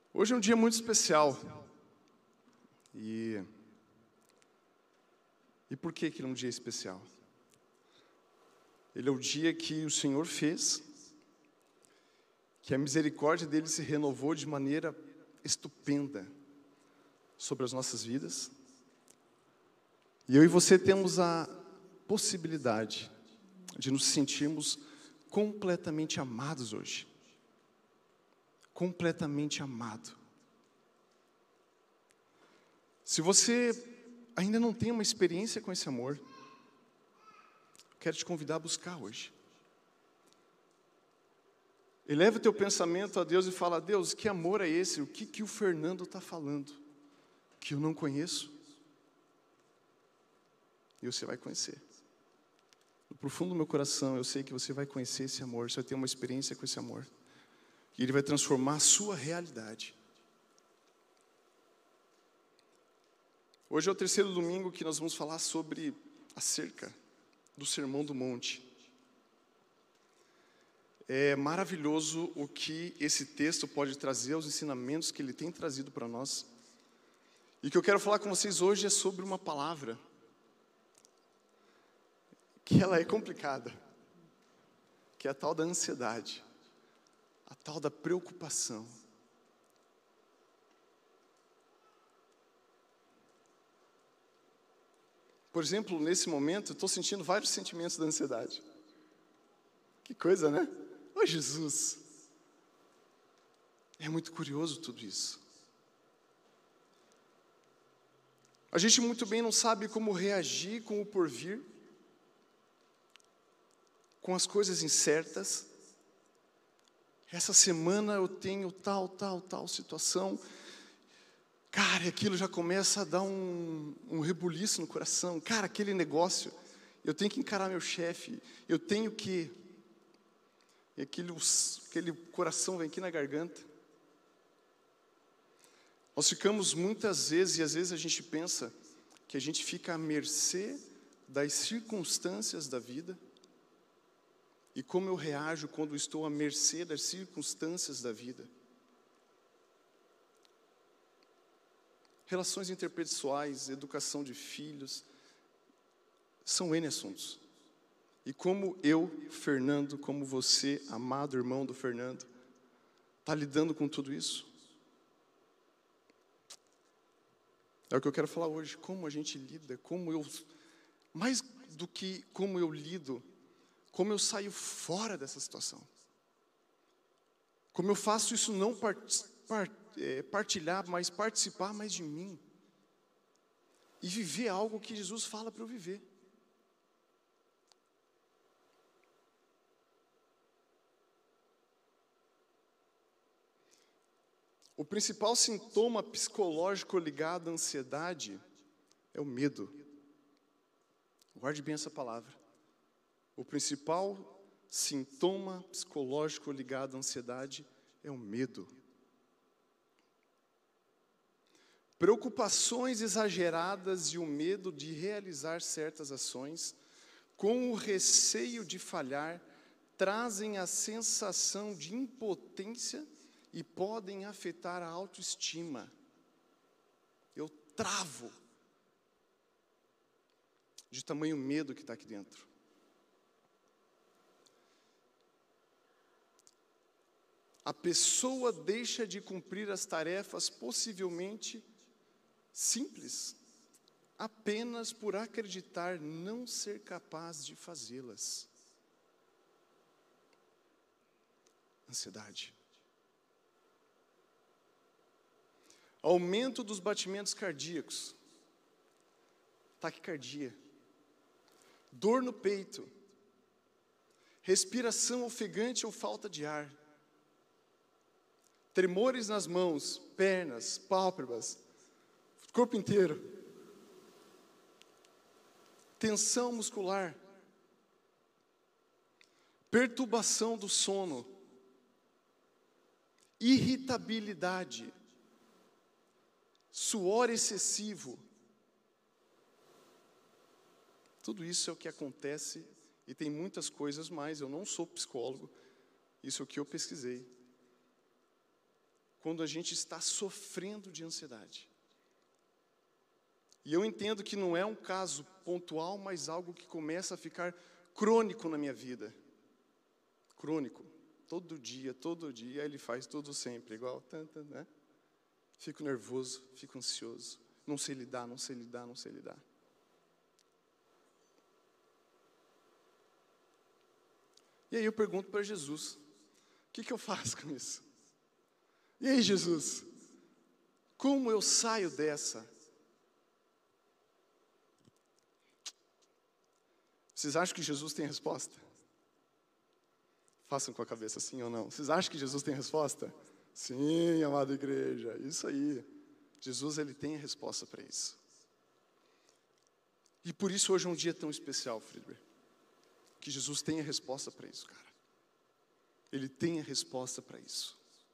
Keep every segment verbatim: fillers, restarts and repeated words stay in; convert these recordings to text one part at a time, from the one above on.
Hoje é um dia muito especial. E, e por que que ele é um dia especial? Ele é o dia que o Senhor fez, que a misericórdia dele se renovou de maneira estupenda sobre as nossas vidas. E eu e você temos a possibilidade de nos sentirmos completamente amados hoje. Completamente amado. Se você ainda não tem uma experiência com esse amor, quero te convidar a buscar hoje. Eleva o teu pensamento a Deus e fala: Deus, que amor é esse? O que, que o Fernando está falando? Que eu não conheço? E você vai conhecer. No profundo do meu coração, eu sei que você vai conhecer esse amor, você vai ter uma experiência com esse amor. E Ele vai transformar a sua realidade. Hoje é o terceiro domingo que nós vamos falar sobre acerca do Sermão do Monte. É maravilhoso o que esse texto pode trazer, os ensinamentos que ele tem trazido para nós. E o que eu quero falar com vocês hoje é sobre uma palavra que ela é complicada, que é a tal da ansiedade, a tal da preocupação. Por exemplo, nesse momento, eu estou sentindo vários sentimentos da ansiedade. Que coisa, né? Ô Jesus! É muito curioso tudo isso. A gente muito bem não sabe como reagir com o porvir, com as coisas incertas. Essa semana eu tenho tal, tal, tal situação. Cara, aquilo já começa a dar um, um rebuliço no coração. Cara, aquele negócio, eu tenho que encarar meu chefe, eu tenho que... E aquele, aquele coração vem aqui na garganta. Nós ficamos muitas vezes, e às vezes a gente pensa, que a gente fica à mercê das circunstâncias da vida. E como eu reajo quando estou à mercê das circunstâncias da vida. Relações interpessoais, educação de filhos, são N assuntos. E como eu, Fernando, como você, amado irmão do Fernando, está lidando com tudo isso? É o que eu quero falar hoje, como a gente lida, como eu, mais do que como eu lido, como eu saio fora dessa situação. Como eu faço isso não part, part, é, partilhar, mas participar mais de mim. E viver algo que Jesus fala para eu viver. O principal sintoma psicológico ligado à ansiedade é o medo. Guarde bem essa palavra. O principal sintoma psicológico ligado à ansiedade é o medo. Preocupações exageradas e o medo de realizar certas ações, com o receio de falhar, trazem a sensação de impotência e podem afetar a autoestima. Eu travo de tamanho medo que está aqui dentro. A pessoa deixa de cumprir as tarefas possivelmente simples, apenas por acreditar não ser capaz de fazê-las. Ansiedade. Aumento dos batimentos cardíacos, taquicardia, dor no peito, respiração ofegante ou falta de ar, tremores nas mãos, pernas, pálpebras, corpo inteiro, tensão muscular, perturbação do sono, irritabilidade, suor excessivo. Tudo isso é o que acontece e tem muitas coisas mais. Eu não sou psicólogo, isso é o que eu pesquisei. quando a gente está sofrendo de ansiedade. E eu entendo que não é um caso pontual, mas algo que começa a ficar crônico na minha vida. Crônico. Todo dia, todo dia, ele faz tudo sempre, igual, né? Fico nervoso, fico ansioso, não sei lidar, não sei lidar, não sei lidar. E aí eu pergunto para Jesus, o que, que eu faço com isso? E aí, Jesus, como eu saio dessa? Vocês acham que Jesus tem resposta? Façam com a cabeça sim ou não. Vocês acham que Jesus tem resposta? Sim, amada igreja, isso aí. Jesus, ele tem a resposta para isso. E por isso hoje é um dia tão especial, Friedberg. Que Jesus tem a resposta para isso, cara. Ele tem a resposta para isso.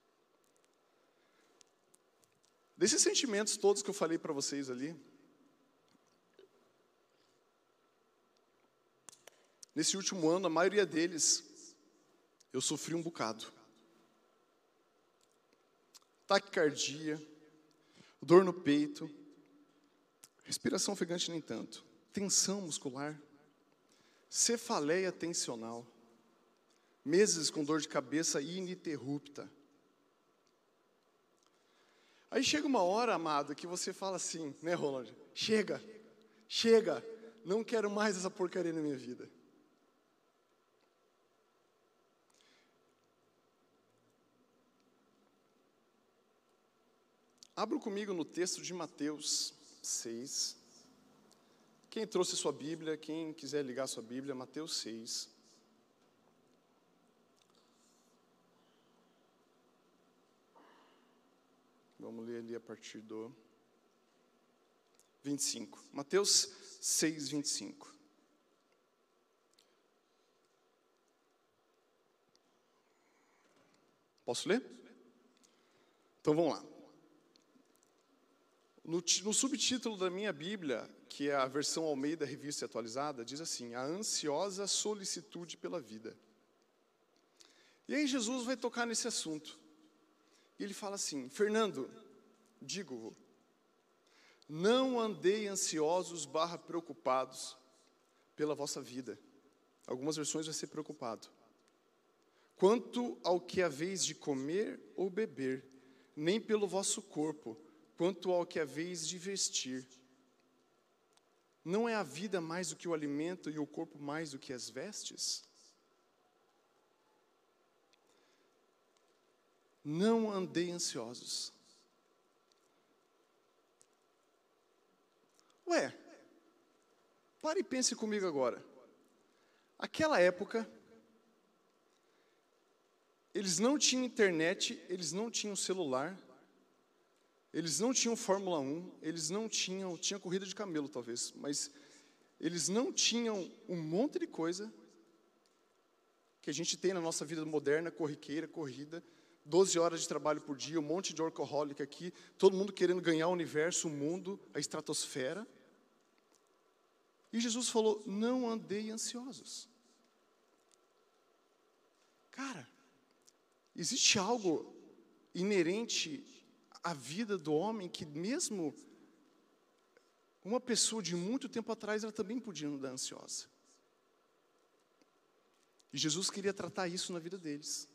Desses sentimentos todos que eu falei para vocês ali, nesse último ano, a maioria deles, eu sofri um bocado. Taquicardia, dor no peito, respiração ofegante nem tanto, tensão muscular, cefaleia tensional, meses com dor de cabeça ininterrupta. Aí chega uma hora, amado, que você fala assim, né, Roland? Chega, chega, não quero mais essa porcaria na minha vida. Abra comigo no texto de Mateus seis. Quem trouxe sua Bíblia, quem quiser ligar sua Bíblia, Mateus seis. Vamos ler ali a partir do vinte e cinco. Mateus seis, vinte e cinco. Posso ler? Então vamos lá. No, no subtítulo da minha Bíblia, que é a versão Almeida Revista Atualizada, diz assim: a ansiosa solicitude pela vida. E aí Jesus vai tocar nesse assunto. E ele fala assim: Fernando, digo-vos, não andei ansiosos barra preocupados pela vossa vida. Algumas versões vai ser preocupado. Quanto ao que haveis de comer ou beber, nem pelo vosso corpo, quanto ao que haveis de vestir. Não é a vida mais do que o alimento e o corpo mais do que as vestes? Não andei ansiosos. Ué, pare e pense comigo agora. Aquela época, eles não tinham internet, eles não tinham celular, eles não tinham Fórmula um, eles não tinham, tinha corrida de camelo talvez, mas eles não tinham um monte de coisa que a gente tem na nossa vida moderna, corriqueira, corrida, doze horas de trabalho por dia, um monte de workaholic aqui, todo mundo querendo ganhar o universo, o mundo, a estratosfera. E Jesus falou: não andei ansiosos. Cara, existe algo inerente à vida do homem que mesmo uma pessoa de muito tempo atrás, ela também podia andar ansiosa. E Jesus queria tratar isso na vida deles.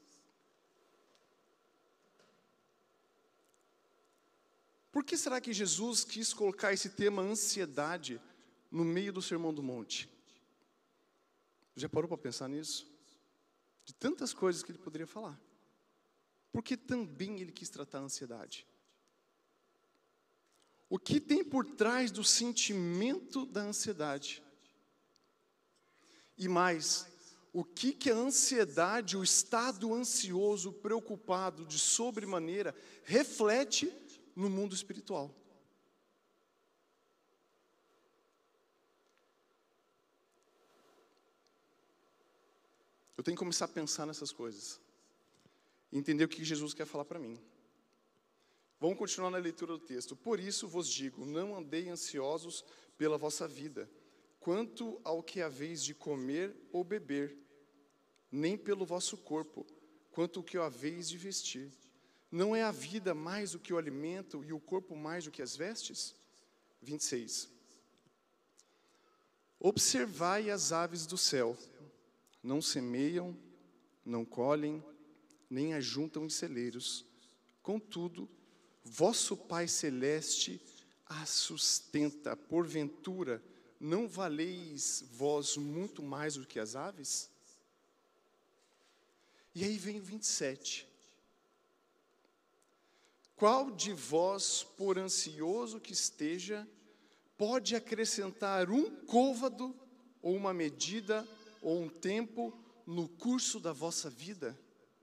Por que será que Jesus quis colocar esse tema ansiedade no meio do Sermão do Monte? Já parou para pensar nisso? De tantas coisas que ele poderia falar. Porque também ele quis tratar a ansiedade. O que tem por trás do sentimento da ansiedade? E mais, o que que a ansiedade, o estado ansioso, preocupado de sobremaneira, reflete no mundo espiritual? Eu tenho que começar a pensar nessas coisas. E entender o que Jesus quer falar para mim. Vamos continuar na leitura do texto. Por isso vos digo, não andei ansiosos pela vossa vida, quanto ao que haveis de comer ou beber, nem pelo vosso corpo, quanto ao que haveis de vestir. Não é a vida mais do que o alimento e o corpo mais do que as vestes? vinte e seis. Observai as aves do céu, não semeiam, não colhem, nem ajuntam em celeiros. Contudo, vosso Pai Celeste as sustenta. Porventura, não valeis vós muito mais do que as aves? E aí vem o vinte e sete. Qual de vós, por ansioso que esteja, pode acrescentar um côvado, ou uma medida, ou um tempo, no curso da vossa vida?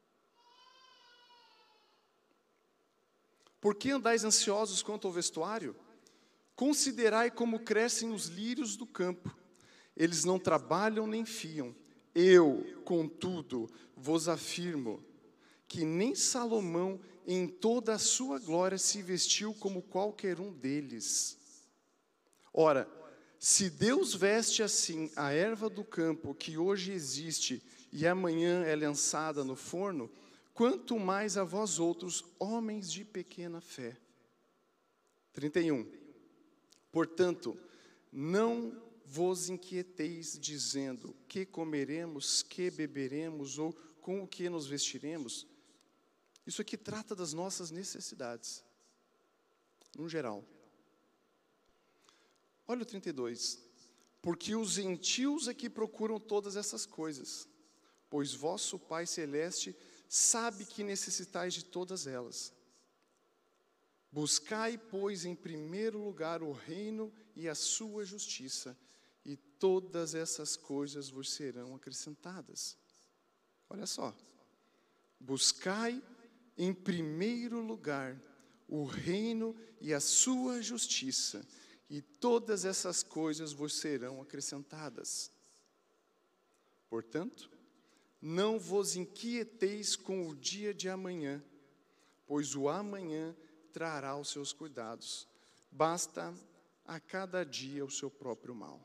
Por que andais ansiosos quanto ao vestuário? Considerai como crescem os lírios do campo. Eles não trabalham nem fiam. Eu, contudo, vos afirmo que nem Salomão, em toda a sua glória, se vestiu como qualquer um deles. Ora, se Deus veste assim a erva do campo, que hoje existe e amanhã é lançada no forno, quanto mais a vós outros, homens de pequena fé. trinta e um. Portanto, não vos inquieteis dizendo, que comeremos, que beberemos, ou com o que nos vestiremos. Isso aqui trata das nossas necessidades, no geral. Olha o trinta e dois. Porque os gentios é que procuram todas essas coisas, pois vosso Pai Celeste sabe que necessitais de todas elas. Buscai, pois, em primeiro lugar o reino e a sua justiça, e todas essas coisas vos serão acrescentadas. Olha só. Buscai em primeiro lugar o reino e a sua justiça, e todas essas coisas vos serão acrescentadas. Portanto, não vos inquieteis com o dia de amanhã, pois o amanhã trará os seus cuidados. Basta a cada dia o seu próprio mal.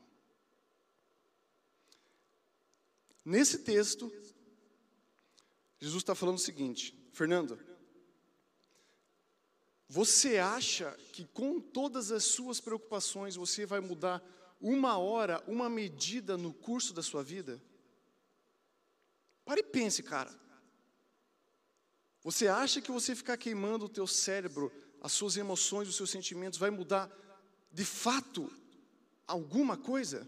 Nesse texto, Jesus está falando o seguinte: Fernando, você acha que com todas as suas preocupações você vai mudar uma hora, uma medida no curso da sua vida? Pare e pense, cara. Você acha que você ficar queimando o teu cérebro, as suas emoções, os seus sentimentos, vai mudar de fato alguma coisa?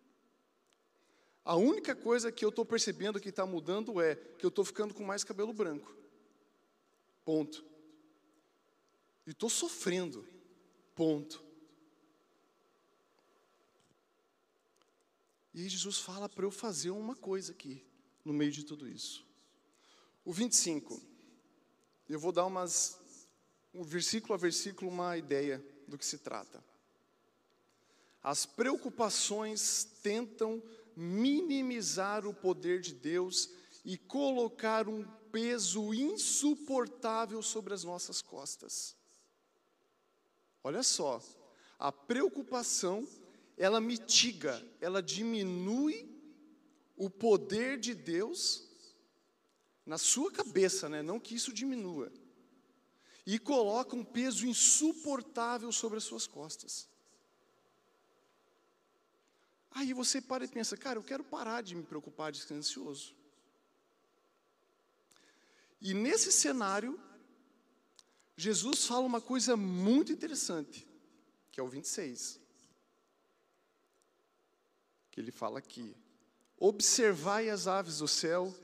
A única coisa que eu estou percebendo que está mudando é que eu estou ficando com mais cabelo branco. Ponto. E estou sofrendo. Ponto. E aí Jesus fala para eu fazer uma coisa aqui, no meio de tudo isso. O vinte e cinco. Eu vou dar umas, um versículo a versículo, uma ideia do que se trata. As preocupações tentam minimizar o poder de Deus e colocar um peso insuportável sobre as nossas costas. Olha só, a preocupação, ela mitiga, ela diminui o poder de Deus na sua cabeça, né? Não que isso diminua, e coloca um peso insuportável sobre as suas costas. Aí você para e pensa, cara, eu quero parar de me preocupar, de ser ansioso. E nesse cenário, Jesus fala uma coisa muito interessante, que é o vinte e seis. Que ele fala aqui: observai as aves do céu,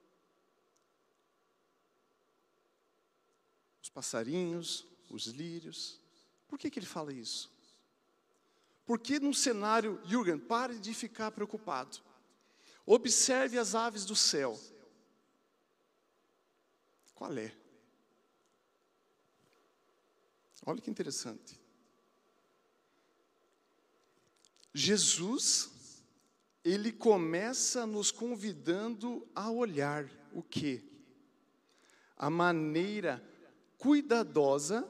os passarinhos, os lírios. Por que que ele fala isso? Porque num cenário, Jürgen, pare de ficar preocupado. Observe as aves do céu. Qual é? Olha que interessante. Jesus, ele começa nos convidando a olhar o quê? A maneira cuidadosa,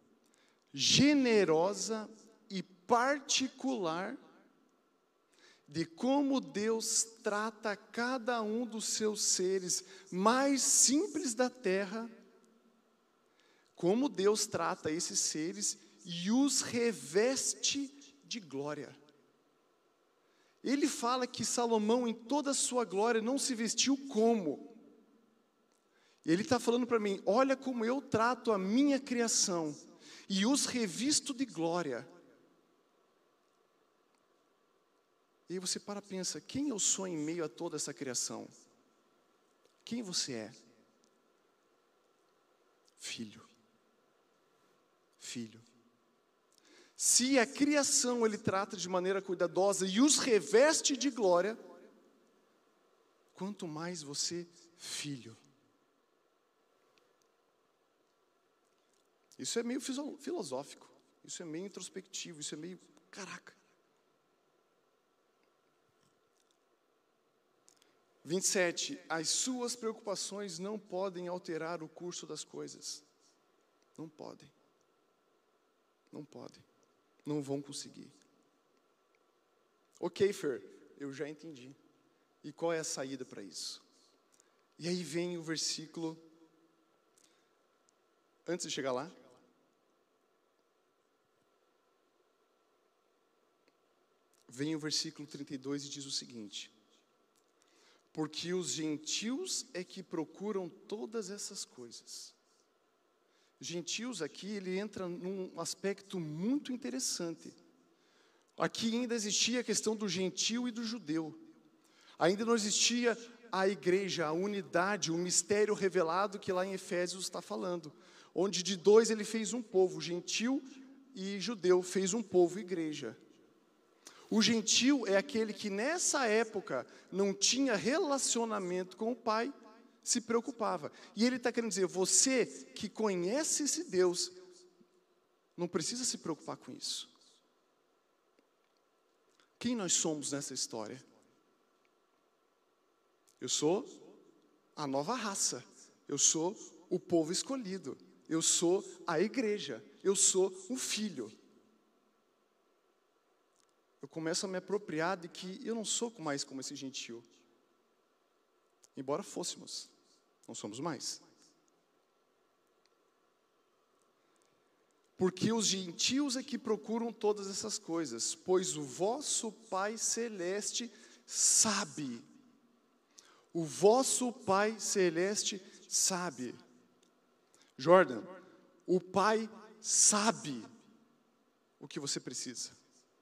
generosa e particular de como Deus trata cada um dos seus seres mais simples da terra como Deus trata esses seres e os reveste de glória. Ele fala que Salomão, em toda a sua glória, não se vestiu como? Ele está falando para mim, olha como eu trato a minha criação e os revisto de glória. E aí você para e pensa, quem eu sou em meio a toda essa criação? Quem você é? Filho. Filho. Se a criação ele trata de maneira cuidadosa e os reveste de glória, quanto mais você, filho. Isso é meio filosófico, isso é meio introspectivo, isso é meio, caraca. vinte e sete, as suas preocupações não podem alterar o curso das coisas. Não podem. Não podem. Não vão conseguir. Ok, Fer, eu já entendi. E qual é a saída para isso? E aí vem o versículo, antes de chegar lá, vem o versículo trinta e dois e diz o seguinte: porque os gentios é que procuram todas essas coisas. Gentios aqui, ele entra num aspecto muito interessante. Aqui ainda existia a questão do gentio e do judeu. Ainda não existia a igreja, a unidade, o mistério revelado que lá em Efésios está falando. Onde de dois ele fez um povo, gentio e judeu, fez um povo, igreja. O gentio é aquele que nessa época não tinha relacionamento com o Pai, se preocupava. E ele está querendo dizer, você que conhece esse Deus, não precisa se preocupar com isso. Quem nós somos nessa história? Eu sou a nova raça, eu sou o povo escolhido, eu sou a igreja, eu sou o filho. Eu começo a me apropriar de que eu não sou mais como esse gentio. Embora fôssemos, não somos mais. Porque os gentios é que procuram todas essas coisas, pois o vosso Pai Celeste sabe. O vosso Pai Celeste sabe. Jordan, o Pai sabe o que você precisa.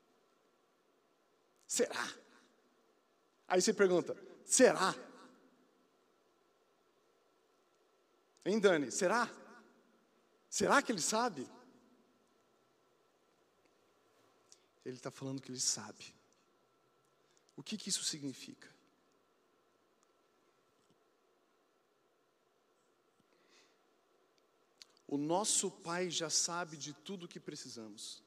Será? Aí você pergunta, será? Hein, Dani, será? Será que ele sabe? Ele está falando que ele sabe. O que, que isso significa? O nosso Pai já sabe de tudo o que precisamos.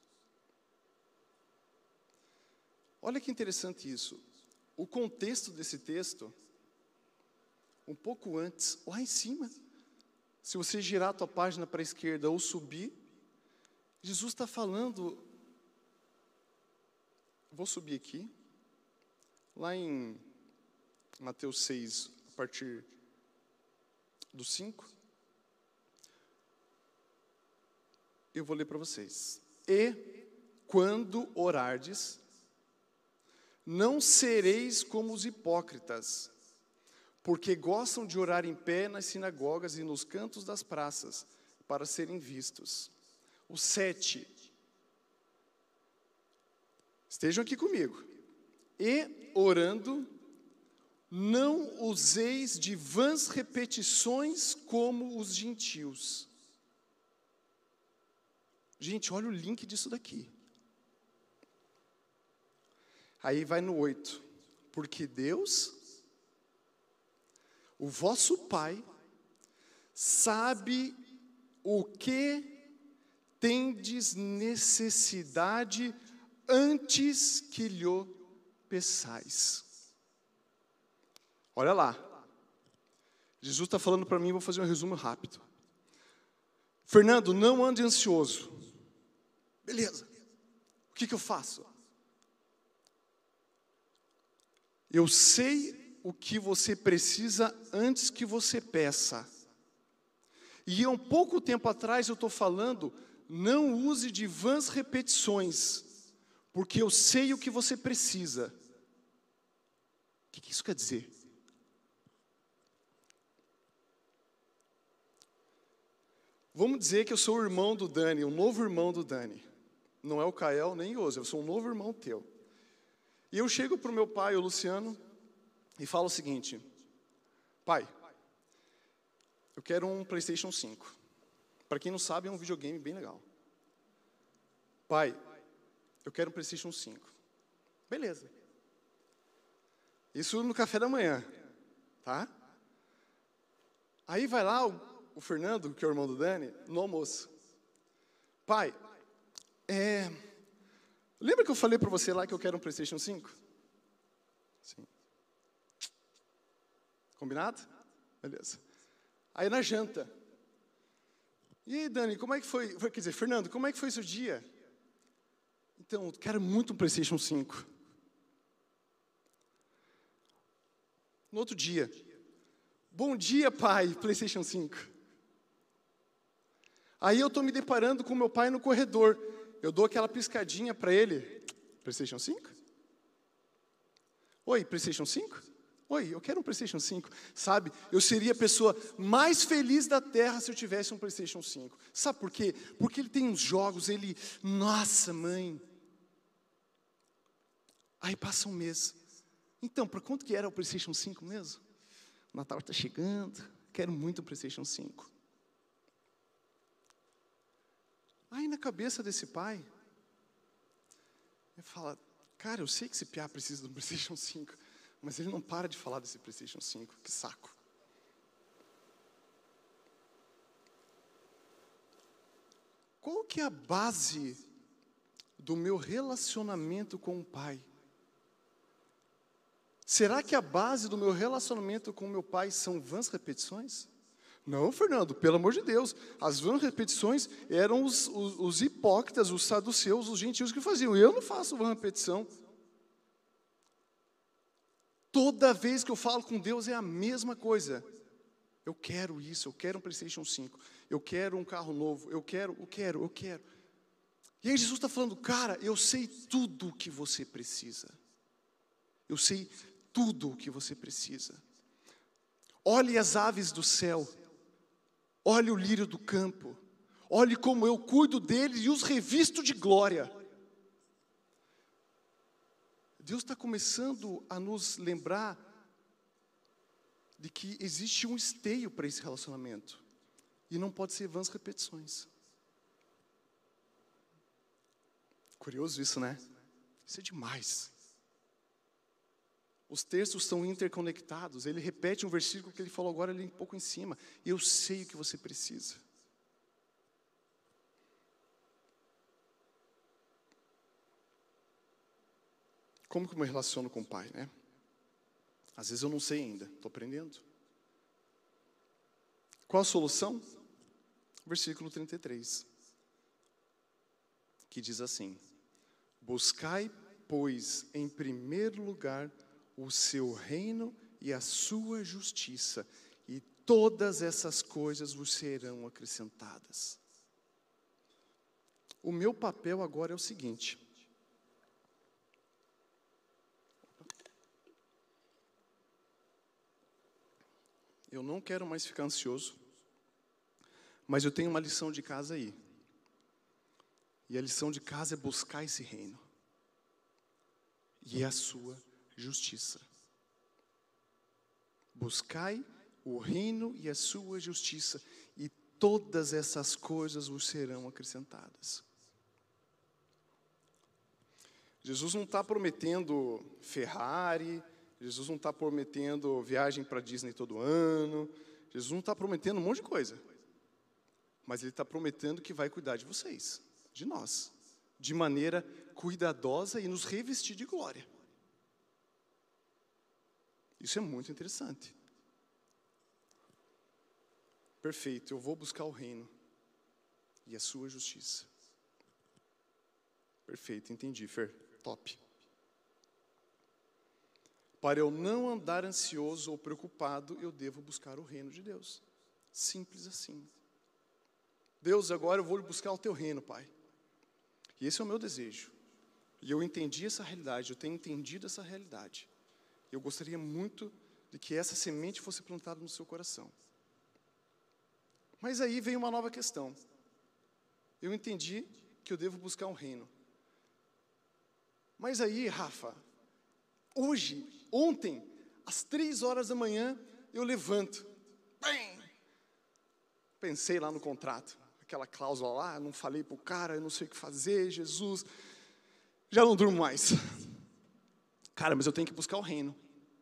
Olha que interessante isso. O contexto desse texto, um pouco antes, lá em cima, se você girar a tua página para a esquerda ou subir, Jesus está falando, vou subir aqui, lá em Mateus seis, a partir do cinco, eu vou ler para vocês. E quando orardes, não sereis como os hipócritas, porque gostam de orar em pé nas sinagogas e nos cantos das praças, para serem vistos. O sete. Estejam aqui comigo. E orando, não useis de vãs repetições como os gentios. Gente, olha o link disso daqui. Aí vai no oito. Porque Deus, o vosso Pai, sabe o que tendes necessidade antes que lhe peçais. Olha lá. Jesus está falando para mim, vou fazer um resumo rápido. Fernando, não ande ansioso. Beleza. O que, que eu faço? Eu sei o que você precisa antes que você peça. E há um pouco tempo atrás eu estou falando, não use de vãs repetições, porque eu sei o que você precisa. O que isso quer dizer? Vamos dizer que eu sou o irmão do Dani, o novo irmão do Dani. Não é o Kael nem o Oso, eu sou um novo irmão teu. E eu chego para o meu pai, o Luciano, e falo o seguinte: pai, eu quero um PlayStation cinco. Para quem não sabe, é um videogame bem legal. Pai, eu quero um PlayStation cinco. Beleza. Isso no café da manhã, tá? Aí vai lá o, o Fernando, que é o irmão do Dani, no almoço. Pai, é... lembra que eu falei para você lá que eu quero um PlayStation cinco? Sim. Combinado? Beleza. Aí na janta. E aí, Dani, como é que foi? Quer dizer, Fernando, como é que foi seu dia? Então, eu quero muito um PlayStation cinco. No outro dia. Bom dia, pai, PlayStation cinco. Aí eu estou me deparando com meu pai no corredor. Eu dou aquela piscadinha para ele. PlayStation cinco? Oi, PlayStation cinco? Oi, eu quero um PlayStation cinco. Sabe, eu seria a pessoa mais feliz da terra se eu tivesse um PlayStation cinco. Sabe por quê? Porque ele tem uns jogos, ele... Nossa, mãe. Aí passa um mês. Então, para quanto que era o PlayStation cinco mesmo? O Natal está chegando, quero muito o PlayStation cinco. Aí na cabeça desse pai, ele fala, cara, eu sei que esse piá precisa do PlayStation cinco, mas ele não para de falar desse PlayStation cinco, que saco. Qual que é a base do meu relacionamento com o pai? Será que a base do meu relacionamento com o meu pai são vãs repetições? Não, Fernando, pelo amor de Deus. As vãs repetições eram os, os, os hipócritas, os saduceus, os gentios que faziam. Eu não faço vã repetição. Toda vez que eu falo com Deus é a mesma coisa. Eu quero isso, eu quero um PlayStation cinco. Eu quero um carro novo, eu quero, eu quero, eu quero. E aí Jesus está falando, cara, eu sei tudo o que você precisa. Eu sei tudo o que você precisa. Olhe as aves do céu. Olhe o lírio do campo. Olhe como eu cuido deles e os revisto de glória. Deus está começando a nos lembrar de que existe um esteio para esse relacionamento. E não pode ser vãs repetições. Curioso isso, né? Isso é demais. Os textos são interconectados. Ele repete um versículo que ele falou agora ali um pouco em cima. Eu sei o que você precisa. Como que eu me relaciono com o pai, né? Às vezes eu não sei ainda, estou aprendendo. Qual a solução? Versículo trinta e três. Que diz assim: buscai, pois, em primeiro lugar o seu reino e a sua justiça, e todas essas coisas vos serão acrescentadas. O meu papel agora é o seguinte. Eu não quero mais ficar ansioso, mas eu tenho uma lição de casa aí. E a lição de casa é buscar esse reino e a sua justiça. Buscai o reino e a sua justiça, e todas essas coisas vos serão acrescentadas. Jesus não está prometendo Ferrari, Jesus não está prometendo viagem para Disney todo ano, Jesus não está prometendo um monte de coisa, mas Ele está prometendo que vai cuidar de vocês, de nós, de maneira cuidadosa e nos revestir de glória. Isso é muito interessante. Perfeito, eu vou buscar o reino e a sua justiça. Perfeito, entendi, Fer, top. Para eu não andar ansioso ou preocupado, eu devo buscar o reino de Deus. Simples assim. Deus, agora eu vou buscar o teu reino, Pai. E esse é o meu desejo. E eu entendi essa realidade, eu tenho entendido essa realidade. Eu gostaria muito de que essa semente fosse plantada no seu coração. Mas aí vem uma nova questão. Eu entendi que eu devo buscar um reino. Mas aí, Rafa, hoje, ontem, às três horas da manhã, eu levanto. Bem, pensei lá no contrato, aquela cláusula lá, não falei para o cara, eu não sei o que fazer, Jesus, já não durmo mais. Cara, mas eu tenho que buscar o reino.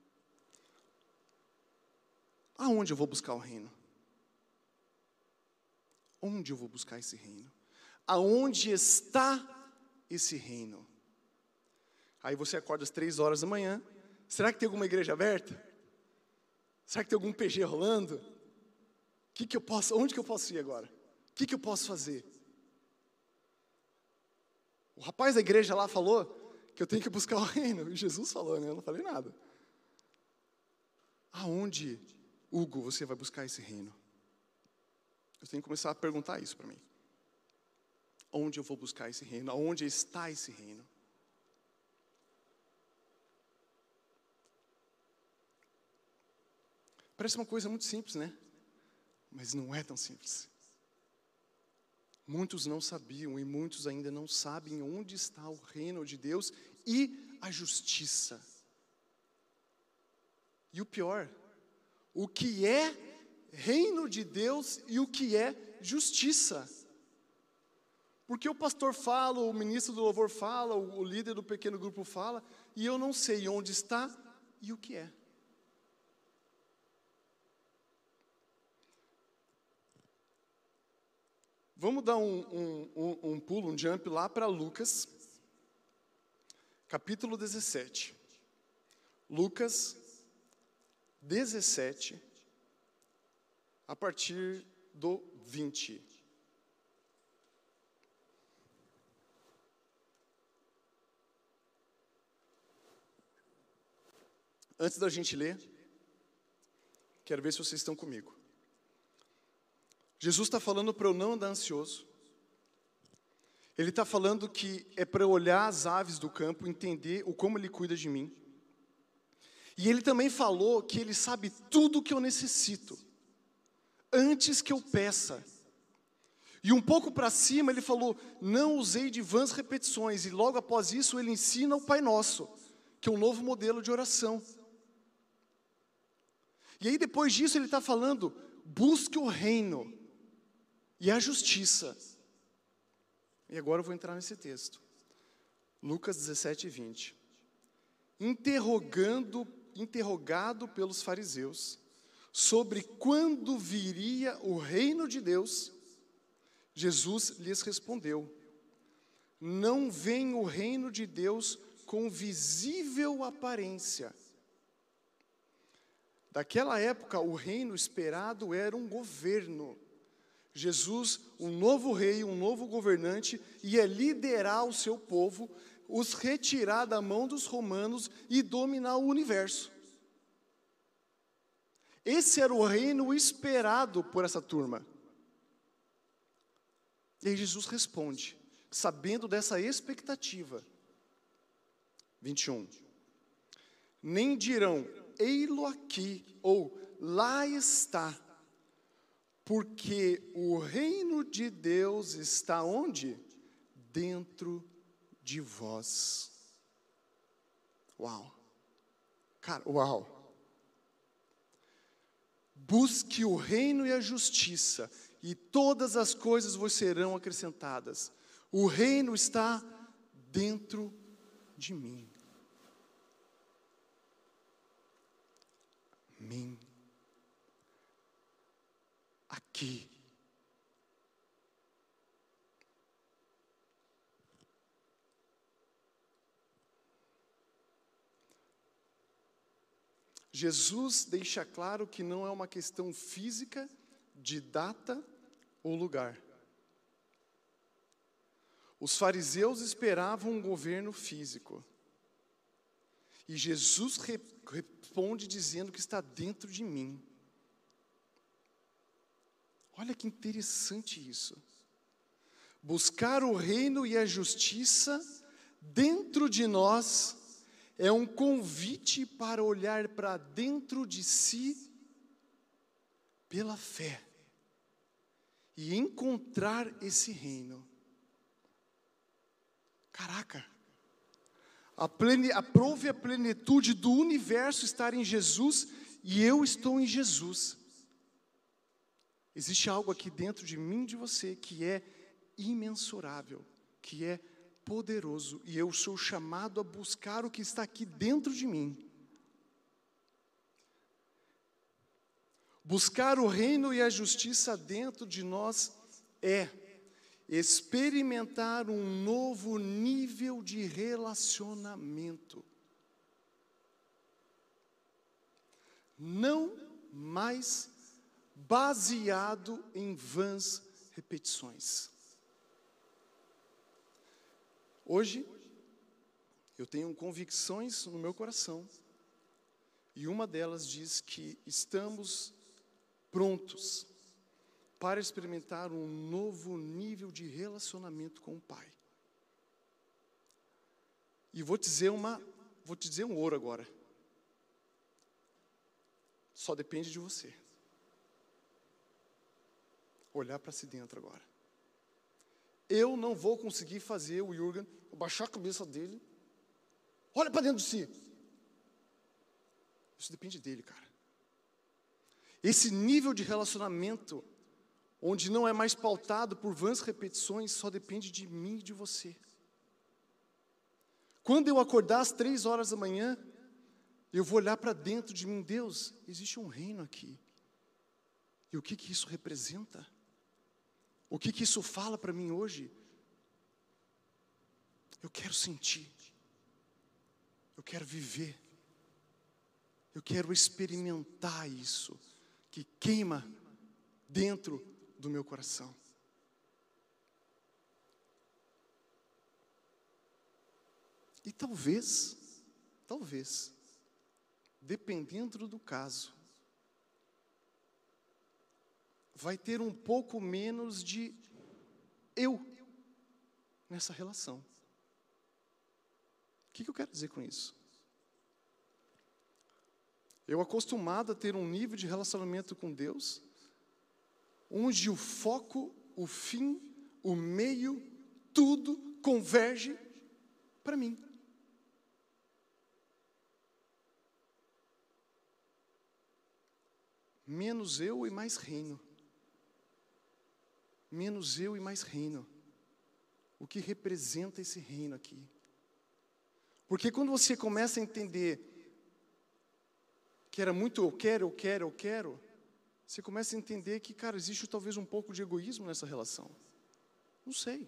Aonde eu vou buscar o reino? Onde eu vou buscar esse reino? Aonde está esse reino? Aí você acorda às três horas da manhã. Será que tem alguma igreja aberta? Será que tem algum P G rolando? Que que eu posso, onde que eu posso ir agora? O que, que eu posso fazer? O rapaz da igreja lá falou que eu tenho que buscar o reino. E Jesus falou, né? Eu não falei nada. Aonde, Hugo, você vai buscar esse reino? Eu tenho que começar a perguntar isso para mim. Onde eu vou buscar esse reino? Aonde está esse reino? Parece uma coisa muito simples, né? Mas não é tão simples. Muitos não sabiam e muitos ainda não sabem onde está o reino de Deus e a justiça. E o pior, o que é reino de Deus e o que é justiça. Porque o pastor fala, o ministro do louvor fala, o líder do pequeno grupo fala, e eu não sei onde está e o que é. Vamos dar um, um, um, um pulo, um jump lá para Lucas, capítulo dezessete. Lucas dezessete, a partir do vinte. Antes da gente ler, quero ver se vocês estão comigo. Jesus está falando para eu não andar ansioso. Ele está falando que é para eu olhar as aves do campo, entender o como Ele cuida de mim. E Ele também falou que Ele sabe tudo o que eu necessito, antes que eu peça. E um pouco para cima Ele falou, não usei de vãs repetições. E logo após isso Ele ensina o Pai Nosso, que é um novo modelo de oração. E aí depois disso Ele está falando, busque o reino e a justiça. E agora eu vou entrar nesse texto. Lucas dezessete, vinte. Interrogando, interrogado pelos fariseus, sobre quando viria o reino de Deus, Jesus lhes respondeu, não vem o reino de Deus com visível aparência. Daquela época, o reino esperado era um governo. Jesus, um novo rei, um novo governante, ia liderar o seu povo, os retirar da mão dos romanos e dominar o universo. Esse era o reino esperado por essa turma. E aí Jesus responde, sabendo dessa expectativa. vinte e um. Nem dirão, ei-lo aqui, ou lá está, porque o reino de Deus está onde? Dentro de vós. Uau. Cara, uau. Busque o reino e a justiça, e todas as coisas vos serão acrescentadas. O reino está dentro de mim. Mim. Aqui. Jesus deixa claro que não é uma questão física, de data ou lugar. Os fariseus esperavam um governo físico. E Jesus responde dizendo que está dentro de mim. Olha que interessante isso. Buscar o reino e a justiça dentro de nós é um convite para olhar para dentro de si pela fé e encontrar esse reino. Caraca! A plene, aprove a plenitude do universo estar em Jesus e eu estou em Jesus. Existe algo aqui dentro de mim e de você que é imensurável, que é poderoso, e eu sou chamado a buscar o que está aqui dentro de mim. Buscar o reino e a justiça dentro de nós é experimentar um novo nível de relacionamento. Não mais baseado em vãs repetições. Hoje, eu tenho convicções no meu coração, e uma delas diz que estamos prontos para experimentar um novo nível de relacionamento com o Pai. E vou te dizer uma, vou te dizer um ouro agora. Só depende de você. Olhar para si dentro agora. Eu não vou conseguir fazer o Jürgen baixar a cabeça dele. Olha para dentro de si. Isso depende dele, cara. Esse nível de relacionamento, onde não é mais pautado por vãs repetições, só depende de mim e de você. Quando eu acordar às três horas da manhã, eu vou olhar para dentro de mim. Deus, existe um reino aqui. E o que que isso representa? O que que isso fala para mim hoje? Eu quero sentir. Eu quero viver. Eu quero experimentar isso que queima dentro do meu coração. E talvez, talvez, dependendo do caso, vai ter um pouco menos de eu nessa relação. O que que eu quero dizer com isso? Eu acostumado a ter um nível de relacionamento com Deus, onde o foco, o fim, o meio, tudo converge para mim. Menos eu e mais reino. Menos eu e mais reino. O que representa esse reino aqui? Porque quando você começa a entender que era muito eu quero, eu quero, eu quero, você começa a entender que, cara, existe talvez um pouco de egoísmo nessa relação. Não sei.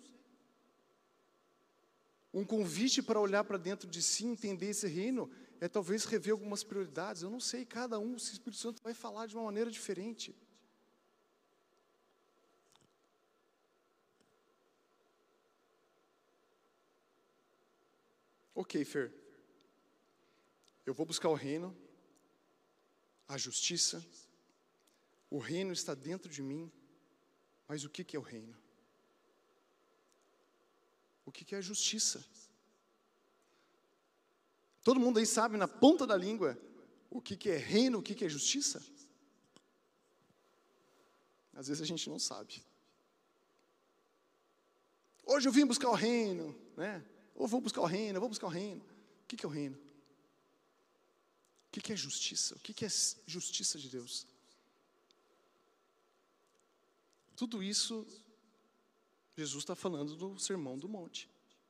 Um convite para olhar para dentro de si, entender esse reino, é talvez rever algumas prioridades. Eu não sei, cada um, o Espírito Santo vai falar de uma maneira diferente. Ok, Fer. Eu vou buscar o reino, a justiça. O reino está dentro de mim. Mas o que que é o reino? O que que é a justiça? Todo mundo aí sabe, na ponta da língua, o que que é reino, o que que é justiça? Às vezes a gente não sabe. Hoje eu vim buscar o reino, né? Ou vou buscar o reino, eu vou buscar o reino. O que que é o reino? O que que é justiça? O que que é justiça de Deus? Tudo isso, Jesus está falando do Sermão do Monte.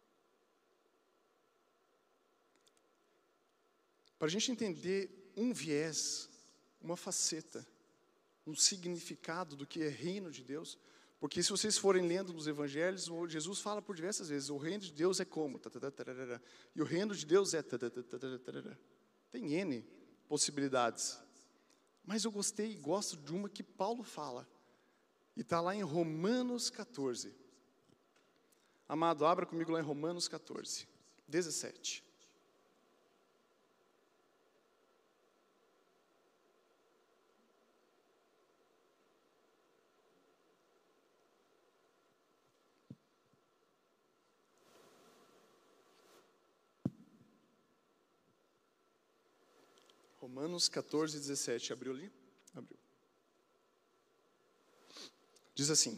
Para a gente entender um viés, uma faceta, um significado do que é reino de Deus, porque se vocês forem lendo nos evangelhos, Jesus fala por diversas vezes, o reino de Deus é como, e o reino de Deus é, tem N possibilidades. Mas eu gostei e gosto de uma que Paulo fala, e está lá em Romanos catorze. Amado, abra comigo lá em Romanos catorze, dezessete. Romanos catorze, dezessete. Abriu ali? Abriu. Diz assim.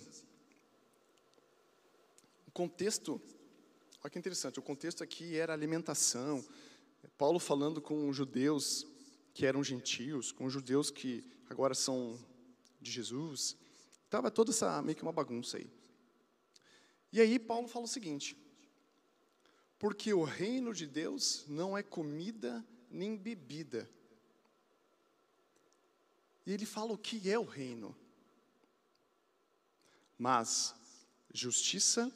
O contexto, olha que interessante, o contexto aqui era alimentação. Paulo falando com judeus que eram gentios, com judeus que agora são de Jesus. Estava toda essa, meio que uma bagunça aí. E aí Paulo fala o seguinte: porque o reino de Deus não é comida nem bebida. E ele fala o que é o reino. Mas justiça,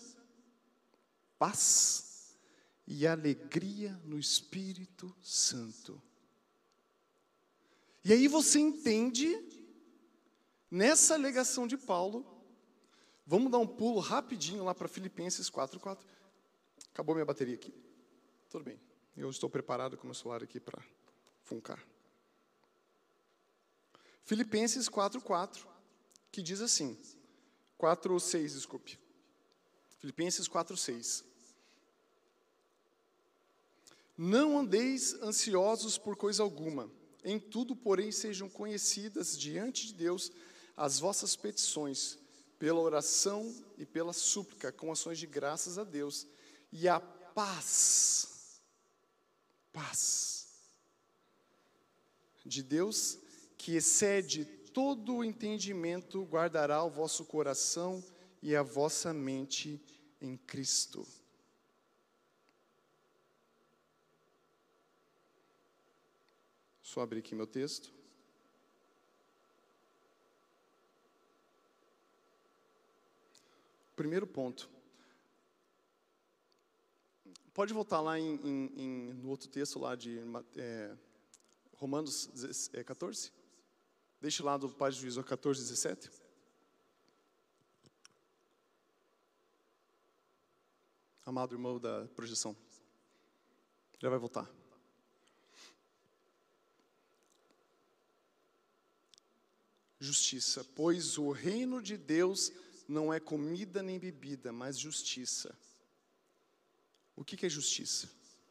paz e alegria no Espírito Santo. E aí você entende, nessa alegação de Paulo, vamos dar um pulo rapidinho lá para Filipenses quatro, quatro. Acabou minha bateria aqui. Tudo bem, eu estou preparado com o meu celular aqui para funcar. Filipenses quatro, quatro, que diz assim, quatro, seis, desculpe. Filipenses quatro, seis. Não andeis ansiosos por coisa alguma, em tudo, porém, sejam conhecidas diante de Deus as vossas petições, pela oração e pela súplica, com ações de graças a Deus, e a paz, paz, de Deus, que excede todo o entendimento, guardará o vosso coração e a vossa mente em Cristo. Só abrir aqui meu texto. Primeiro ponto. Pode voltar lá em, em, em, no outro texto lá de é, Romanos catorze? Deixe lá do Pai de Juízo catorze, dezessete. Amado irmão da projeção. Já vai voltar. Justiça, pois o reino de Deus não é comida nem bebida, mas justiça. O que que é justiça?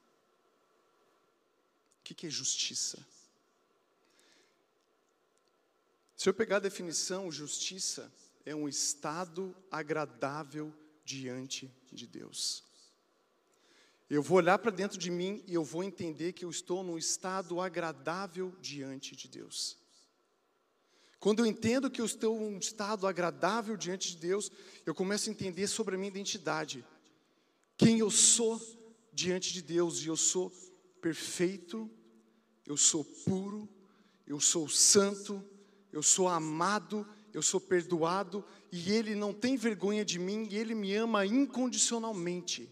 O que que é justiça? Se eu pegar a definição, justiça é um estado agradável diante de Deus. Eu vou olhar para dentro de mim e eu vou entender que eu estou num estado agradável diante de Deus. Quando eu entendo que eu estou em um estado agradável diante de Deus, eu começo a entender sobre a minha identidade. Quem eu sou diante de Deus, e eu sou perfeito, eu sou puro, eu sou santo, eu sou amado, eu sou perdoado, e Ele não tem vergonha de mim, e Ele me ama incondicionalmente.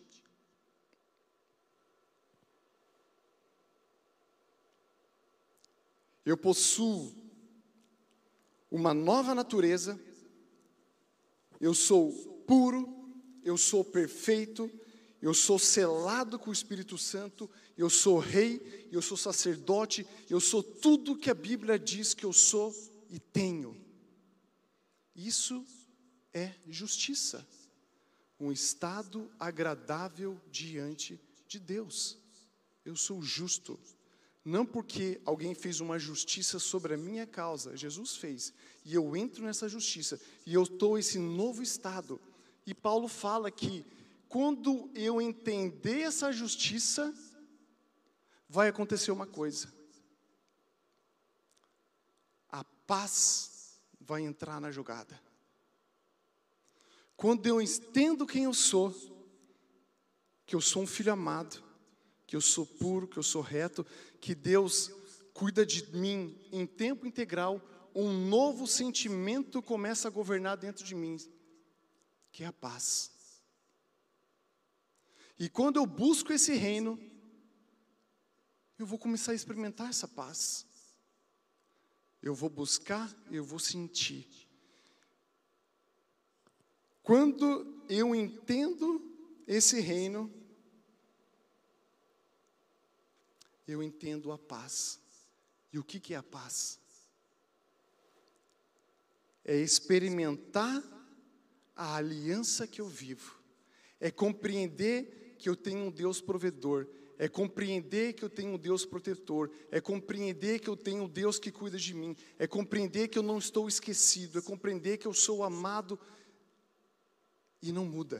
Eu possuo uma nova natureza, eu sou puro, eu sou perfeito, eu sou selado com o Espírito Santo, eu sou rei, eu sou sacerdote, eu sou tudo que a Bíblia diz que eu sou e tenho. Isso é justiça, um estado agradável diante de Deus. Eu sou justo, não porque alguém fez uma justiça sobre a minha causa, Jesus fez, e eu entro nessa justiça, e eu estou esse novo estado. E Paulo fala que quando eu entender essa justiça, vai acontecer uma coisa. A paz vai entrar na jogada. Quando eu entendo quem eu sou, que eu sou um filho amado, que eu sou puro, que eu sou reto, que Deus cuida de mim em tempo integral, um novo sentimento começa a governar dentro de mim, que é a paz. E quando eu busco esse reino, eu vou começar a experimentar essa paz. Eu vou buscar, eu vou sentir. Quando eu entendo esse reino, eu entendo a paz. E o que que é a paz? É experimentar a aliança que eu vivo. É compreender que eu tenho um Deus provedor. é compreender que eu tenho um Deus protetor, é compreender que eu tenho um Deus que cuida de mim, é compreender que eu não estou esquecido, é compreender que eu sou amado e não muda.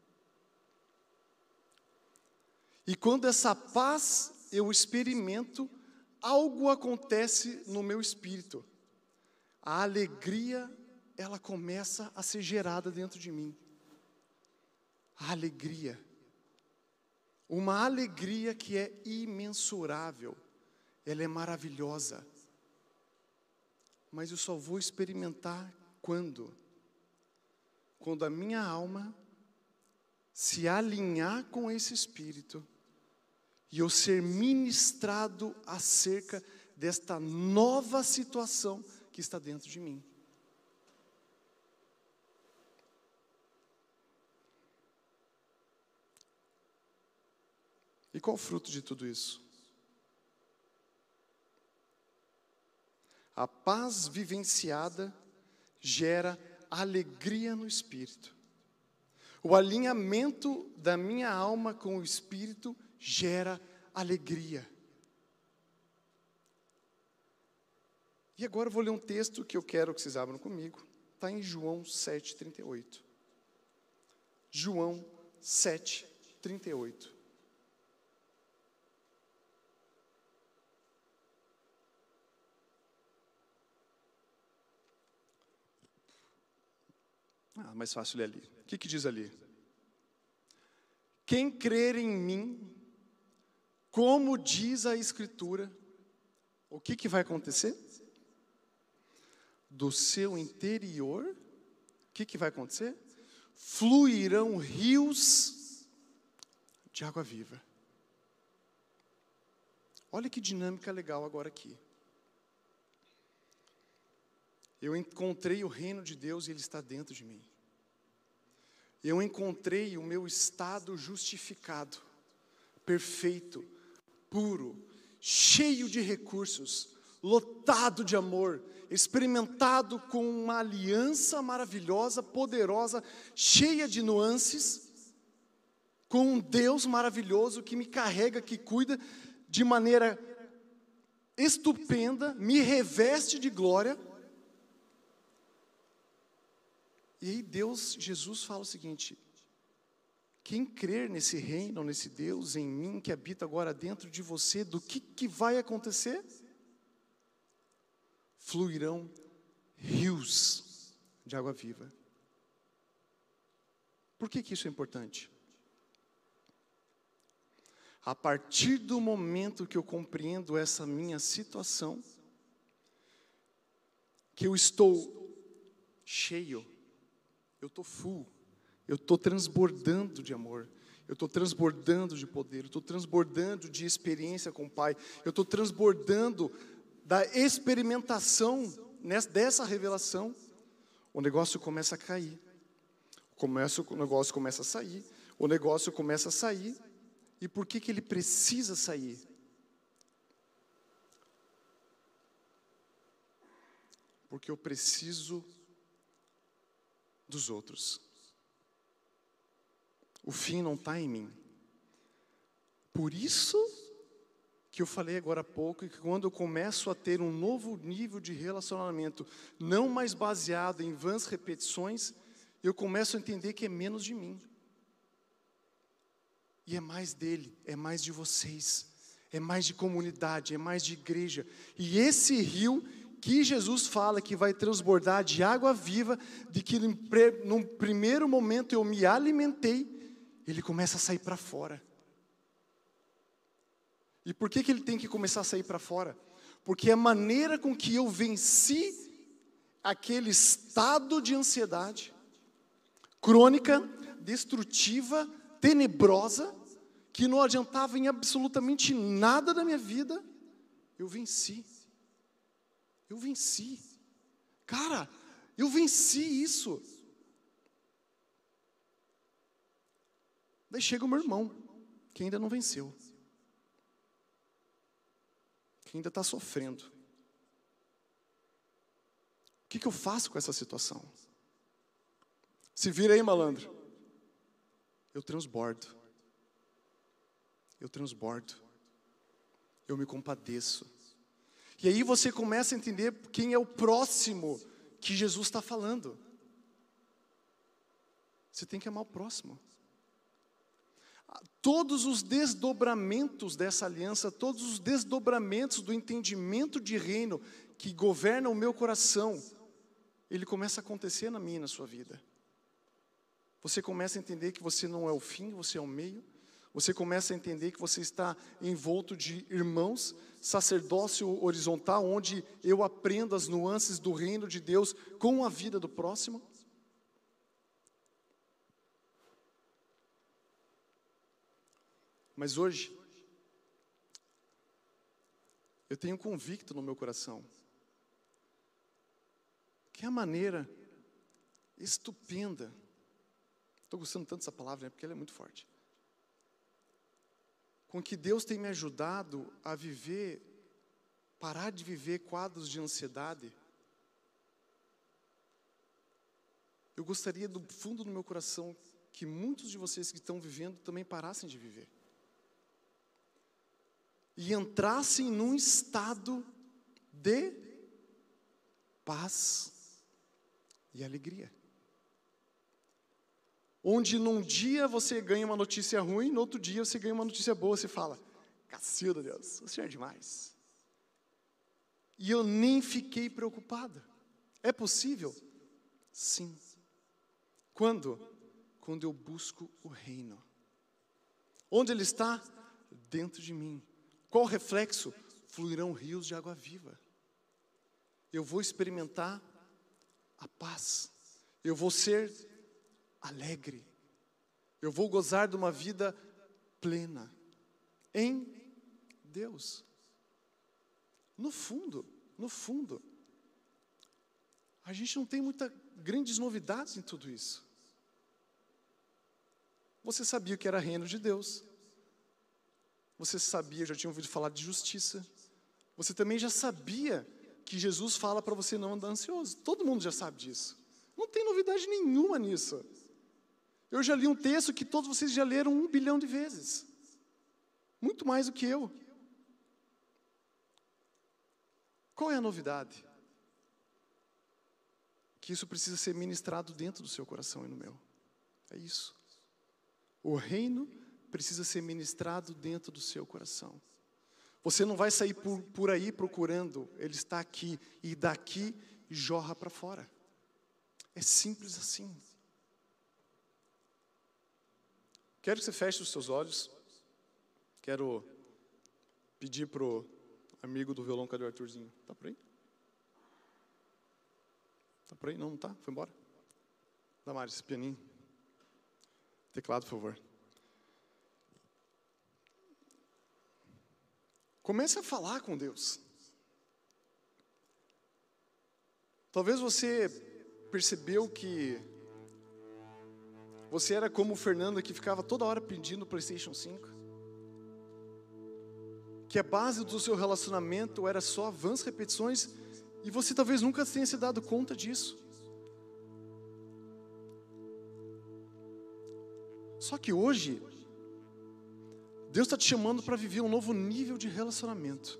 E quando essa paz eu experimento, algo acontece no meu espírito. A alegria, ela começa a ser gerada dentro de mim. A alegria. Uma alegria que é imensurável. Ela é maravilhosa. Mas eu só vou experimentar quando? Quando a minha alma se alinhar com esse Espírito e eu ser ministrado acerca desta nova situação que está dentro de mim. E qual o fruto de tudo isso? A paz vivenciada gera alegria no Espírito. O alinhamento da minha alma com o Espírito gera alegria. E agora eu vou ler um texto que eu quero que vocês abram comigo. Está em João sete, trinta e oito. João sete, trinta e oito. Ah, mais fácil ler ali. O que, que diz ali? Quem crer em mim, como diz a Escritura, o que, que vai acontecer? Do seu interior, o que, que vai acontecer? Fluirão rios de água viva. Olha que dinâmica legal agora aqui. Eu encontrei o reino de Deus e Ele está dentro de mim. Eu encontrei o meu estado justificado, perfeito, puro, cheio de recursos, lotado de amor, experimentado com uma aliança maravilhosa, poderosa, cheia de nuances, com um Deus maravilhoso que me carrega, que cuida de maneira estupenda, me reveste de glória. E aí Deus, Jesus fala o seguinte: quem crer nesse reino, nesse Deus em mim, que habita agora dentro de você, do que, que vai acontecer? Fluirão rios de água viva. Por que, que isso é importante? A partir do momento que eu compreendo essa minha situação, que eu estou cheio, eu estou full, eu estou transbordando de amor, eu estou transbordando de poder, eu estou transbordando de experiência com o Pai, eu estou transbordando da experimentação nessa, dessa revelação, o negócio começa a cair, o, comércio, o negócio começa a sair, o negócio começa a sair, e por que, que ele precisa sair? Porque eu preciso dos outros. O fim não está em mim. Por isso que eu falei agora há pouco, que quando eu começo a ter um novo nível de relacionamento, não mais baseado em vãs repetições, eu começo a entender que é menos de mim. E é mais dele, é mais de vocês, é mais de comunidade, é mais de igreja. E esse rio que Jesus fala que vai transbordar de água viva, de que num primeiro momento eu me alimentei, ele começa a sair para fora. E por que, que ele tem que começar a sair para fora? Porque a maneira com que eu venci aquele estado de ansiedade crônica, destrutiva, tenebrosa, que não adiantava em absolutamente nada da minha vida, eu venci. Eu venci. Cara, eu venci isso. Daí chega o meu irmão, que ainda não venceu. Que ainda está sofrendo. O que, que eu faço com essa situação? Se vira aí, malandro. Eu transbordo. eu transbordo, eu me compadeço. E aí você começa a entender quem é o próximo que Jesus está falando. Você tem que amar o próximo. Todos os desdobramentos dessa aliança, todos os desdobramentos do entendimento de reino que governa o meu coração, ele começa a acontecer na minha e na sua vida. Você começa a entender que você não é o fim, você é o meio. Você começa a entender que você está envolto de irmãos, sacerdócio horizontal, onde eu aprendo as nuances do reino de Deus com a vida do próximo. Mas hoje, eu tenho convicto no meu coração que a maneira estupenda, estou gostando tanto dessa palavra, né, porque ela é muito forte, com que Deus tem me ajudado a viver, parar de viver quadros de ansiedade. Eu gostaria do fundo do meu coração que muitos de vocês que estão vivendo também parassem de viver. E entrassem num estado de paz e alegria. Onde num dia você ganha uma notícia ruim, no outro dia você ganha uma notícia boa, você fala, Cacilda, Deus, o Senhor é demais. E eu nem fiquei preocupada. É possível? Sim. Quando? Quando eu busco o reino. Onde ele está? Dentro de mim. Qual reflexo? Fluirão rios de água viva. Eu vou experimentar a paz. Eu vou ser alegre. Eu vou gozar de uma vida plena em Deus. No fundo, no fundo, a gente não tem muitas grandes novidades em tudo isso. Você sabia o que era reino de Deus. Você sabia, já tinha ouvido falar de justiça. Você também já sabia que Jesus fala para você não andar ansioso. Todo mundo já sabe disso. Não tem novidade nenhuma nisso. Eu já li um texto que todos vocês já leram um bilhão de vezes. Muito mais do que eu. Qual é a novidade? Que isso precisa ser ministrado dentro do seu coração e no meu. É isso. O reino precisa ser ministrado dentro do seu coração. Você não vai sair por, por aí procurando, ele está aqui, e daqui jorra para fora. É simples assim. Quero que você feche os seus olhos. Quero pedir para o amigo do violão, cadê o Arthurzinho? Está por aí? Está por aí? Não, não está? Foi embora? Damares, esse pianinho. Teclado, por favor. Comece a falar com Deus. Talvez você percebeu que você era como o Fernando que ficava toda hora pedindo o PlayStation cinco. Que a base do seu relacionamento era só vãs repetições e você talvez nunca tenha se dado conta disso. Só que hoje, Deus está te chamando para viver um novo nível de relacionamento.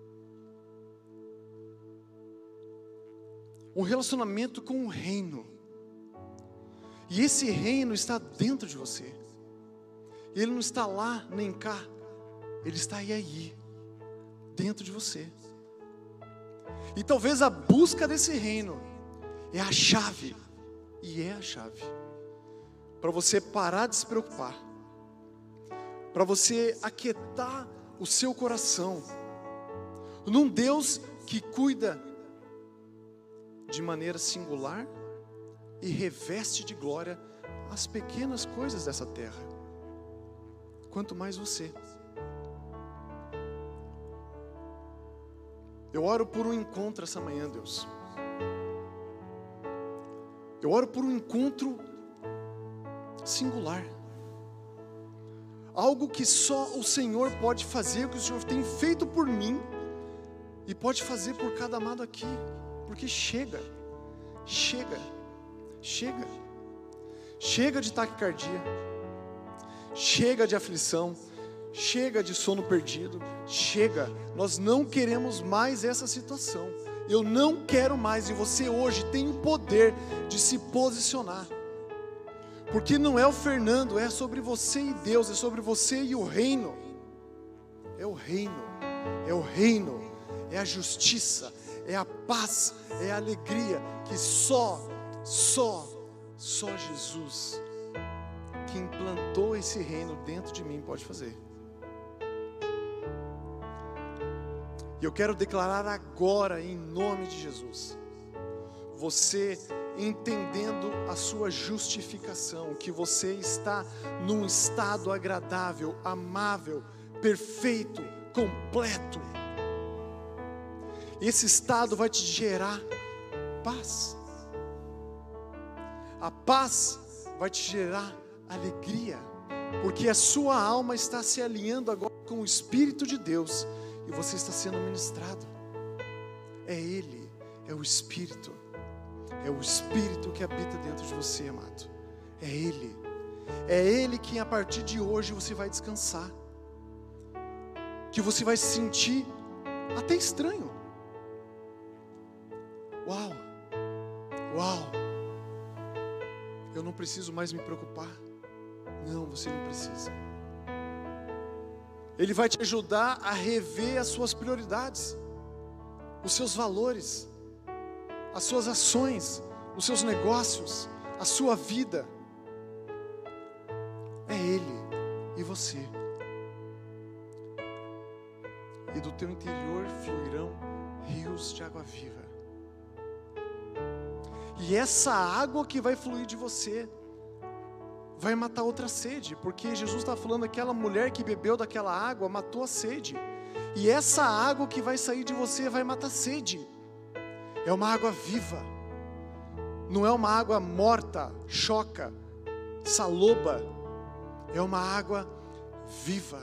Um relacionamento com o reino. E esse reino está dentro de você. Ele não está lá nem cá. Ele está aí, aí, dentro de você. E talvez a busca desse reino é a chave. E é a chave. Para você parar de se preocupar. Para você aquietar o seu coração num Deus que cuida de maneira singular e reveste de glória as pequenas coisas dessa terra. Quanto mais você. Eu oro por um encontro essa manhã, Deus. Eu oro por um encontro singular. Algo que só o Senhor pode fazer, o que o Senhor tem feito por mim e pode fazer por cada amado aqui. Porque chega, chega, chega, chega de taquicardia, chega de aflição, chega de sono perdido, chega, nós não queremos mais essa situação, eu não quero mais, e você hoje tem o poder de se posicionar, porque não é o Fernando, é sobre você e Deus, é sobre você e o reino, é o reino, é o reino, é a justiça, é a paz, é a alegria, que só, só, só Jesus, que implantou esse reino dentro de mim, pode fazer. E eu quero declarar agora, em nome de Jesus, você entendendo a sua justificação, que você está num estado agradável, amável, perfeito, completo. Esse estado vai te gerar paz. A paz vai te gerar alegria, porque a sua alma está se alinhando agora com o Espírito de Deus, e você está sendo ministrado. É Ele, é o Espírito, é o Espírito que habita dentro de você, amado. É Ele, é Ele que a partir de hoje você vai descansar, que você vai se sentir até estranho. Uau, uau, eu não preciso mais me preocupar. Não, você não precisa. Ele vai te ajudar a rever as suas prioridades, os seus valores, as suas ações, os seus negócios, a sua vida. É Ele e você. E do teu interior fluirão rios de água viva. E essa água que vai fluir de você vai matar outra sede, porque Jesus está falando, aquela mulher que bebeu daquela água matou a sede, e essa água que vai sair de você vai matar a sede. É uma água viva, não é uma água morta, choca, saloba, é uma água viva.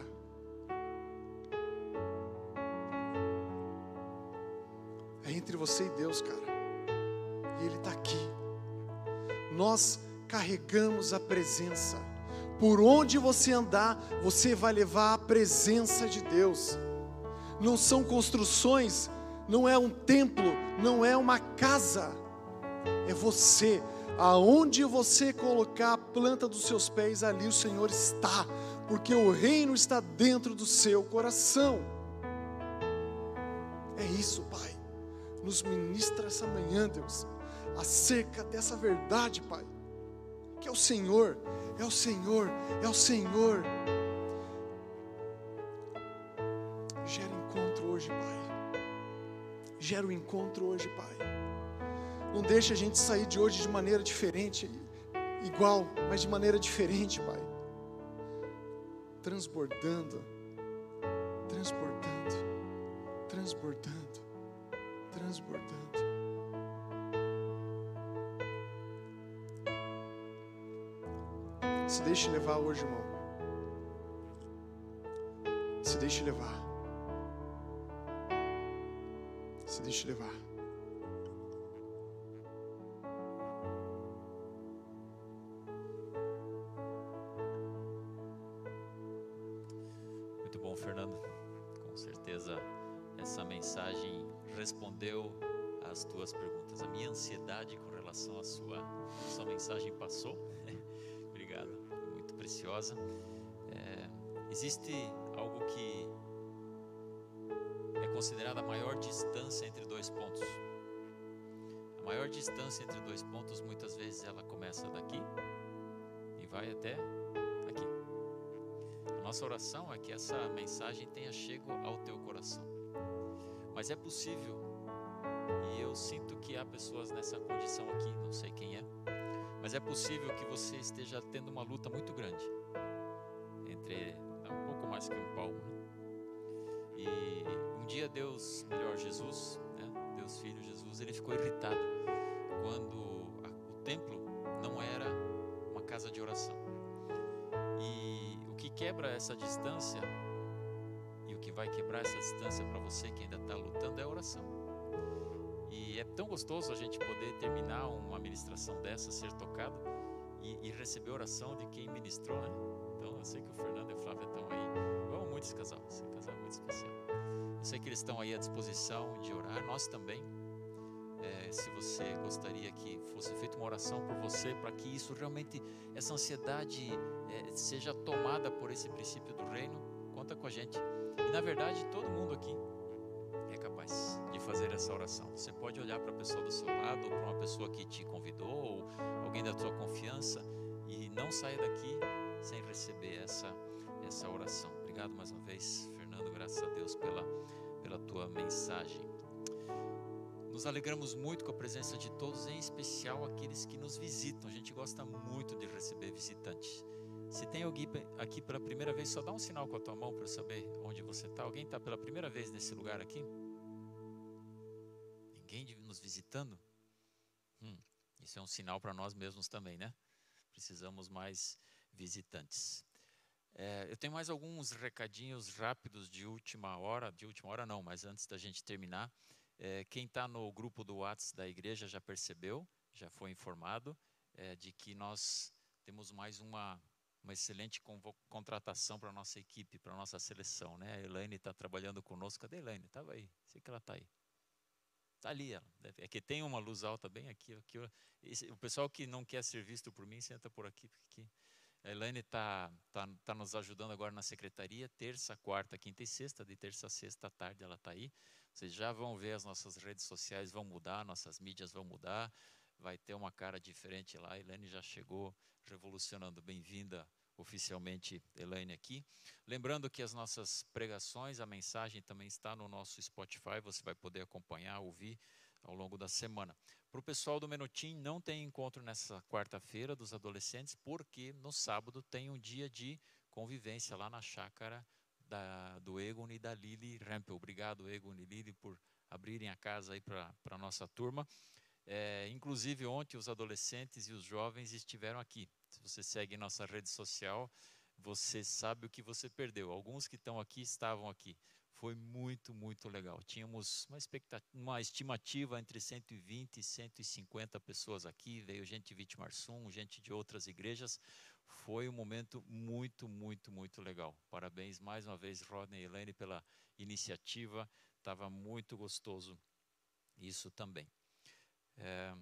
É entre você e Deus, cara, e Ele está aqui. Nós carregamos a presença. Por onde você andar, você vai levar a presença de Deus. Não são construções, não é um templo, não é uma casa, é você. Aonde você colocar a planta dos seus pés, ali o Senhor está, porque o reino está dentro do seu coração. É isso, Pai. Nos ministra essa manhã, Deus, acerca dessa verdade, Pai, que é o Senhor, é o Senhor, é o Senhor. Gera encontro hoje, Pai. Gera o encontro hoje, Pai. Não deixa a gente sair de hoje de maneira diferente, igual, mas de maneira diferente, Pai. Transbordando, transbordando, transbordando, transbordando. Se deixe levar hoje, irmão. Se deixe levar. Se deixe levar. Muito bom, Fernando. Com certeza essa mensagem respondeu às tuas perguntas. A minha ansiedade com relação à sua, à sua mensagem passou. Obrigado, muito preciosa. É, existe algo que é considerado a maior distância entre dois pontos. A maior distância entre dois pontos, muitas vezes ela começa daqui e vai até aqui. A nossa oração é que essa mensagem tenha chego ao teu coração. Mas é possível, e eu sinto que há pessoas nessa condição aqui, não sei quem é, mas é possível que você esteja tendo uma luta muito grande, entre um pouco mais que um palmo, né? E um dia Deus, melhor Jesus, né? Deus Filho Jesus, ele ficou irritado quando a, o templo não era uma casa de oração. E o que quebra essa distância, e o que vai quebrar essa distância para você que ainda está lutando, é a oração. E é tão gostoso a gente poder terminar uma ministração dessa, ser tocado e, e receber a oração de quem ministrou, né? Então eu sei que o Fernando e a Flávia estão aí. Vamos esse casal, esse casal é muito especial. Eu sei que eles estão aí à disposição de orar, nós também. É, se você gostaria que fosse feita uma oração por você, para que isso realmente, essa ansiedade é, seja tomada por esse princípio do reino, conta com a gente. E na verdade todo mundo aqui é capaz de fazer essa oração. Você pode olhar para a pessoa do seu lado, ou para uma pessoa que te convidou, ou alguém da tua confiança, e não saia daqui sem receber essa, essa oração. Obrigado mais uma vez, Fernando, graças a Deus pela, pela tua mensagem. Nos alegramos muito com a presença de todos, em especial aqueles que nos visitam. A gente gosta muito de receber visitantes. Se tem alguém aqui pela primeira vez, só dá um sinal com a tua mão para eu saber onde você está. Alguém está pela primeira vez nesse lugar aqui? Ninguém nos visitando? Hum, isso é um sinal para nós mesmos também, né? Precisamos mais visitantes. É, eu tenho mais alguns recadinhos rápidos de última hora. De última hora não, mas antes da gente terminar. É, quem está no grupo do WhatsApp da igreja já percebeu, já foi informado é, de que nós temos mais uma, uma excelente contratação para a nossa equipe, para a nossa seleção, né? A Elaine está trabalhando conosco. Cadê a Elaine? Estava aí, sei que ela está aí. Está ali, ela. É que tem uma luz alta bem aqui. aqui esse, o pessoal que não quer ser visto por mim, senta por aqui. aqui. A Elaine está tá, tá nos ajudando agora na secretaria, terça, quarta, quinta e sexta. De terça a sexta à tarde ela está aí. Vocês já vão ver, as nossas redes sociais vão mudar, nossas mídias vão mudar, vai ter uma cara diferente lá. A Elaine já chegou revolucionando. Bem-vinda oficialmente, Elaine, aqui. Lembrando que as nossas pregações, a mensagem também está no nosso Spotify, você vai poder acompanhar, ouvir ao longo da semana. Para o pessoal do Menotim, não tem encontro nessa quarta-feira dos adolescentes, porque no sábado tem um dia de convivência lá na chácara Da, do Egon e da Lili Rempel. Obrigado, Egon e Lili, por abrirem a casa aí para a nossa turma. É, inclusive, ontem os adolescentes e os jovens estiveram aqui. Se você segue nossa rede social, você sabe o que você perdeu. Alguns que estão aqui estavam aqui. Foi muito, muito legal. Tínhamos uma, expectativa, uma estimativa entre cento e vinte e cento e cinquenta pessoas aqui. Veio gente de Vitimarsum, gente de outras igrejas. Foi um momento muito, muito, muito legal. Parabéns mais uma vez, Rodney e Elaine, pela iniciativa. Estava muito gostoso isso também. É,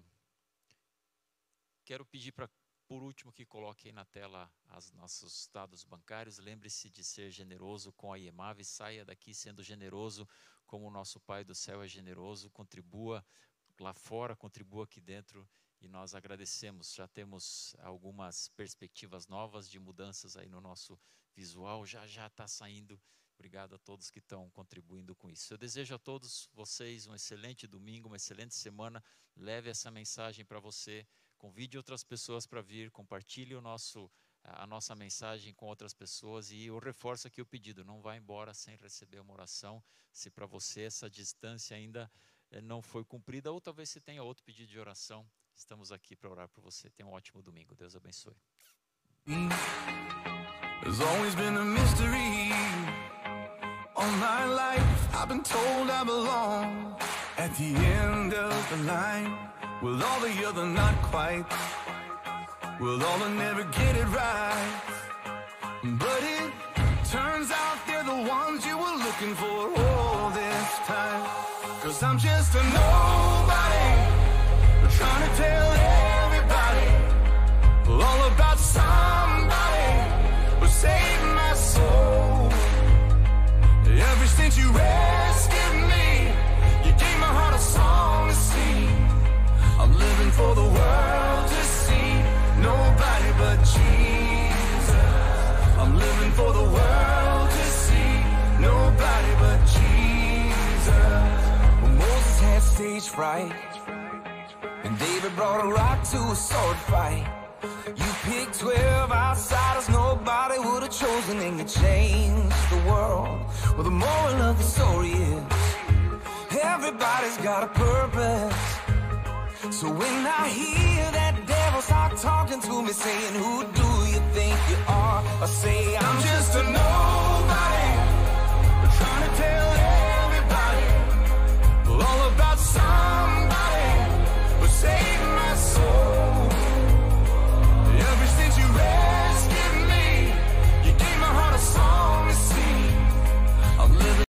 quero pedir para, por último, que coloque aí na tela os nossos dados bancários. Lembre-se de ser generoso com a IEMAV. Saia daqui sendo generoso, como o nosso Pai do Céu é generoso. Contribua lá fora, contribua aqui dentro. E nós agradecemos, já temos algumas perspectivas novas de mudanças aí no nosso visual, já já está saindo. Obrigado a todos que estão contribuindo com isso. Eu desejo a todos vocês um excelente domingo, uma excelente semana. Leve essa mensagem para você, convide outras pessoas para vir, compartilhe o nosso, a nossa mensagem com outras pessoas e eu reforço aqui o pedido, não vá embora sem receber uma oração, se para você essa distância ainda não foi cumprida, ou talvez você tenha outro pedido de oração. Estamos aqui para orar por você. Tenha um ótimo domingo. Deus abençoe. There's always been a mystery. All my life I've been told I belong at the end of the line with all the other not quite, with all the never get it right. But it turns out they're the ones you were looking for all this time. 'Cause I'm just a nobody, trying to tell everybody all about somebody who saved my soul. Ever since you rescued me, you gave my heart a song to sing. I'm living for the world to see nobody but Jesus. I'm living for the world to see nobody but Jesus. Well, Moses had stage fright, and David brought a rock to a sword fight. You picked twelve outsiders nobody would have chosen, and you changed the world. Well, the moral of the story is everybody's got a purpose. So when I hear that devil start talking to me, saying, who do you think you are? I say, I'm just a